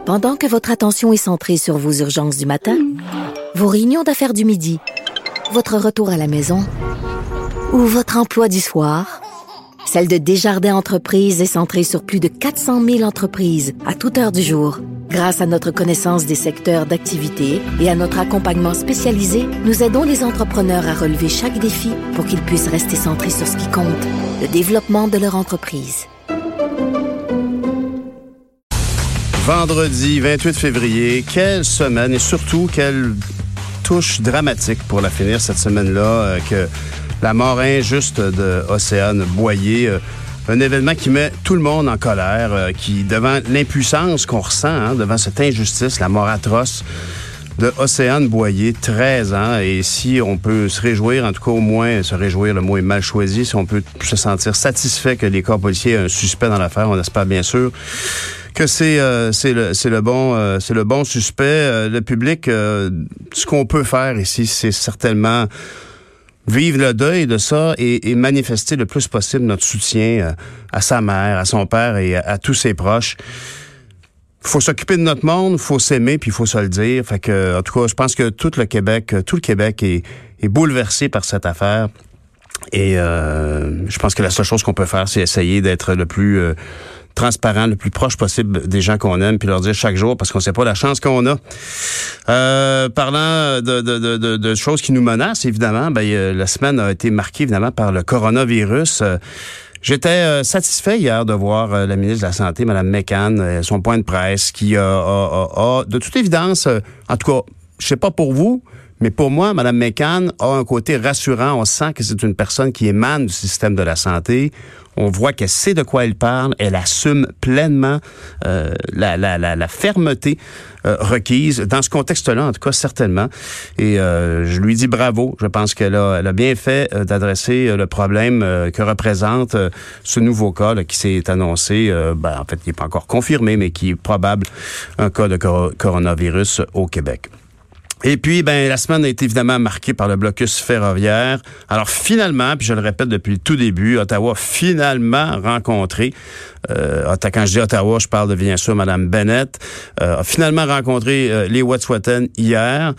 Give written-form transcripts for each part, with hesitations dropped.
Pendant que votre attention est centrée sur vos urgences du matin, vos réunions d'affaires du midi, votre retour à la maison ou votre emploi du soir, celle de Desjardins Entreprises est centrée sur plus de 400 000 entreprises à toute heure du jour. Grâce à notre connaissance des secteurs d'activité et à notre accompagnement spécialisé, nous aidons les entrepreneurs à relever chaque défi pour qu'ils puissent rester centrés sur ce qui compte, le développement de leur entreprise. Vendredi 28 février, quelle semaine et surtout quelle touche dramatique pour la finir cette semaine-là que la mort injuste de Océane Boyer. Un événement qui met tout le monde en colère, qui, devant l'impuissance qu'on ressent, devant cette injustice, la mort atroce de Océane Boyer, 13 ans. Et si on peut se réjouir, en tout cas au moins se réjouir, le mot est mal choisi, si on peut se sentir satisfait que les corps policiers aient un suspect dans l'affaire, on espère bien sûr que c'est le bon suspect. Le public, ce qu'on peut faire ici, c'est certainement vivre le deuil de ça et manifester le plus possible notre soutien à sa mère, à son père et à tous ses proches. Faut s'occuper de notre monde, faut s'aimer, puis il faut se le dire. Fait que, en tout cas, je pense que tout le Québec est bouleversé par cette affaire. Et je pense que la seule chose qu'on peut faire, c'est essayer d'être le plus transparent, le plus proche possible des gens qu'on aime, puis leur dire chaque jour, parce qu'on sait pas la chance qu'on a. Parlant de choses qui nous menacent, évidemment, la semaine a été marquée, évidemment, par le coronavirus. J'étais satisfait hier de voir la ministre de la Santé, Mme McCann, son point de presse, qui a de toute évidence, en tout cas, je sais pas pour vous, mais pour moi, Mme McCann a un côté rassurant. On sent que c'est une personne qui émane du système de la santé. On voit qu'elle sait de quoi elle parle. Elle assume pleinement la fermeté requise. Dans ce contexte-là, en tout cas, certainement. Et je lui dis bravo. Je pense qu'elle a bien fait d'adresser le problème que représente ce nouveau cas là, qui s'est annoncé. En fait, il n'est pas encore confirmé, mais qui est probable un cas de coronavirus au Québec. Et puis, la semaine a été évidemment marquée par le blocus ferroviaire. Alors, finalement, puis je le répète depuis le tout début, Ottawa a finalement rencontré, quand je dis Ottawa, je parle de, bien sûr, Mme Bennett, a finalement rencontré les Wet'suwet'en hier.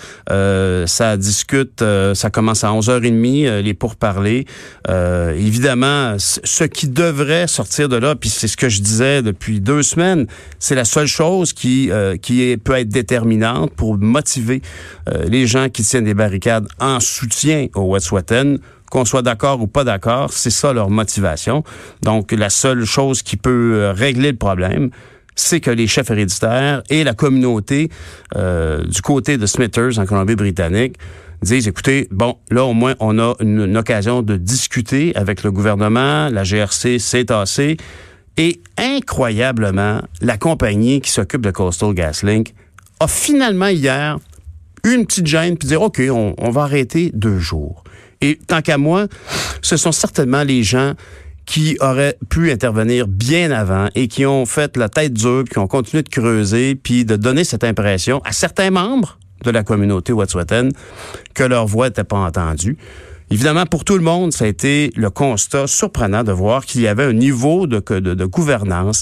Ça discute, ça commence à 11h30, les pourparlers. Évidemment, ce qui devrait sortir de là, puis c'est ce que je disais depuis 2 semaines, c'est la seule chose qui peut être déterminante pour motiver les gens qui tiennent des barricades en soutien aux Wet'suwet'en, qu'on soit d'accord ou pas d'accord, c'est ça leur motivation. Donc, la seule chose qui peut régler le problème, c'est que les chefs héréditaires et la communauté du côté de Smithers, en Colombie-Britannique, disent, écoutez, là, au moins, on a une occasion de discuter avec le gouvernement, la GRC s'est tassée, et incroyablement, la compagnie qui s'occupe de Coastal GasLink a finalement hier une petite gêne, puis dire, OK, on va arrêter 2 jours. Et tant qu'à moi, ce sont certainement les gens qui auraient pu intervenir bien avant et qui ont fait la tête dure, qui ont continué de creuser, puis de donner cette impression à certains membres de la communauté Wet'suwet'en que leur voix n'était pas entendue. Évidemment, pour tout le monde, ça a été le constat surprenant de voir qu'il y avait un niveau de gouvernance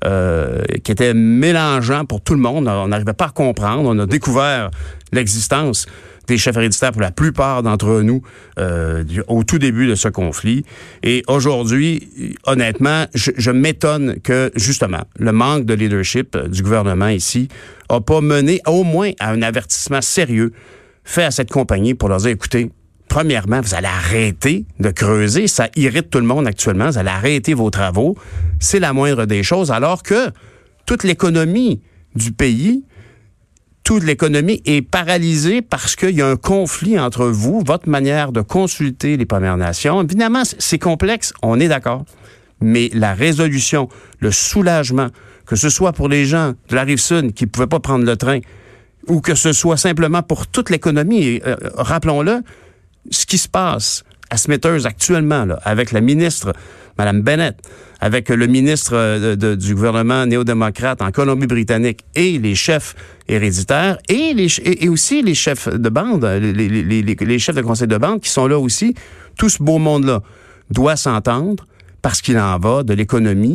qui était mélangeant pour tout le monde. On n'arrivait pas à comprendre. On a découvert l'existence des chefs héréditaires pour la plupart d'entre nous au tout début de ce conflit. Et aujourd'hui, honnêtement, je m'étonne que, justement, le manque de leadership du gouvernement ici a pas mené au moins à un avertissement sérieux fait à cette compagnie pour leur dire, écoutez, premièrement, vous allez arrêter de creuser. Ça irrite tout le monde actuellement. Vous allez arrêter vos travaux. C'est la moindre des choses, alors que toute l'économie du pays, toute l'économie est paralysée parce qu'il y a un conflit entre vous, votre manière de consulter les Premières Nations. Évidemment, c'est complexe, on est d'accord. Mais la résolution, le soulagement, que ce soit pour les gens de la Rive-Sud qui ne pouvaient pas prendre le train, ou que ce soit simplement pour toute l'économie, et, rappelons-le, ce qui se passe à Smithers actuellement, là, avec la ministre, Mme Bennett, avec le ministre du gouvernement néo-démocrate en Colombie-Britannique et les chefs héréditaires et aussi les chefs de bande, les chefs de conseil de bande qui sont là aussi, tout ce beau monde-là doit s'entendre parce qu'il en va de l'économie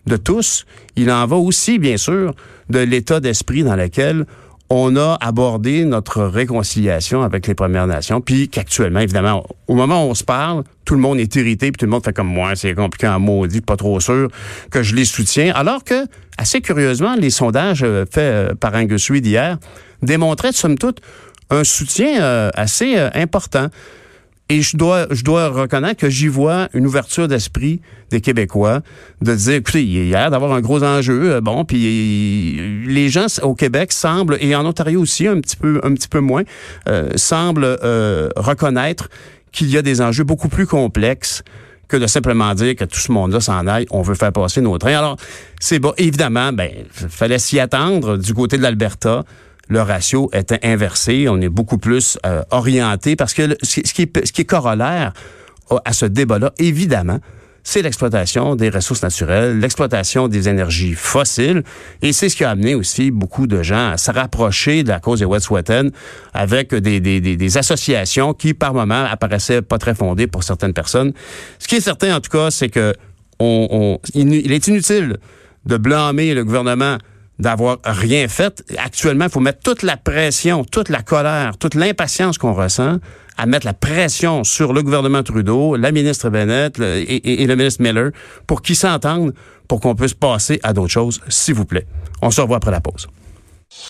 de tous. Il en va aussi, bien sûr, de l'état d'esprit dans lequel on a abordé notre réconciliation avec les Premières Nations, puis qu'actuellement, évidemment, au moment où on se parle, tout le monde est irrité, puis tout le monde fait comme moi, c'est compliqué en maudit, pas trop sûr que je les soutiens, alors que, assez curieusement, les sondages faits par Angus Reid hier démontraient, somme toute, un soutien assez important. Et je dois reconnaître que j'y vois une ouverture d'esprit des Québécois de dire, écoutez, il y a l'air d'avoir un gros enjeu, puis les gens au Québec semblent, et en Ontario aussi un petit peu moins, semblent reconnaître qu'il y a des enjeux beaucoup plus complexes que de simplement dire que tout ce monde-là s'en aille, on veut faire passer nos trains. Alors, c'est bon, évidemment, fallait s'y attendre du côté de l'Alberta. Le ratio était inversé. On est beaucoup plus orienté parce que ce qui est corollaire à ce débat-là, évidemment, c'est l'exploitation des ressources naturelles, l'exploitation des énergies fossiles. Et c'est ce qui a amené aussi beaucoup de gens à se rapprocher de la cause des Wet'suwet'en avec des associations qui, par moments, apparaissaient pas très fondées pour certaines personnes. Ce qui est certain, en tout cas, c'est que il est inutile de blâmer le gouvernement d'avoir rien fait. Actuellement, il faut mettre toute la pression, toute la colère, toute l'impatience qu'on ressent à mettre la pression sur le gouvernement Trudeau, la ministre Bennett et le ministre Miller pour qu'ils s'entendent pour qu'on puisse passer à d'autres choses, s'il vous plaît. On se revoit après la pause.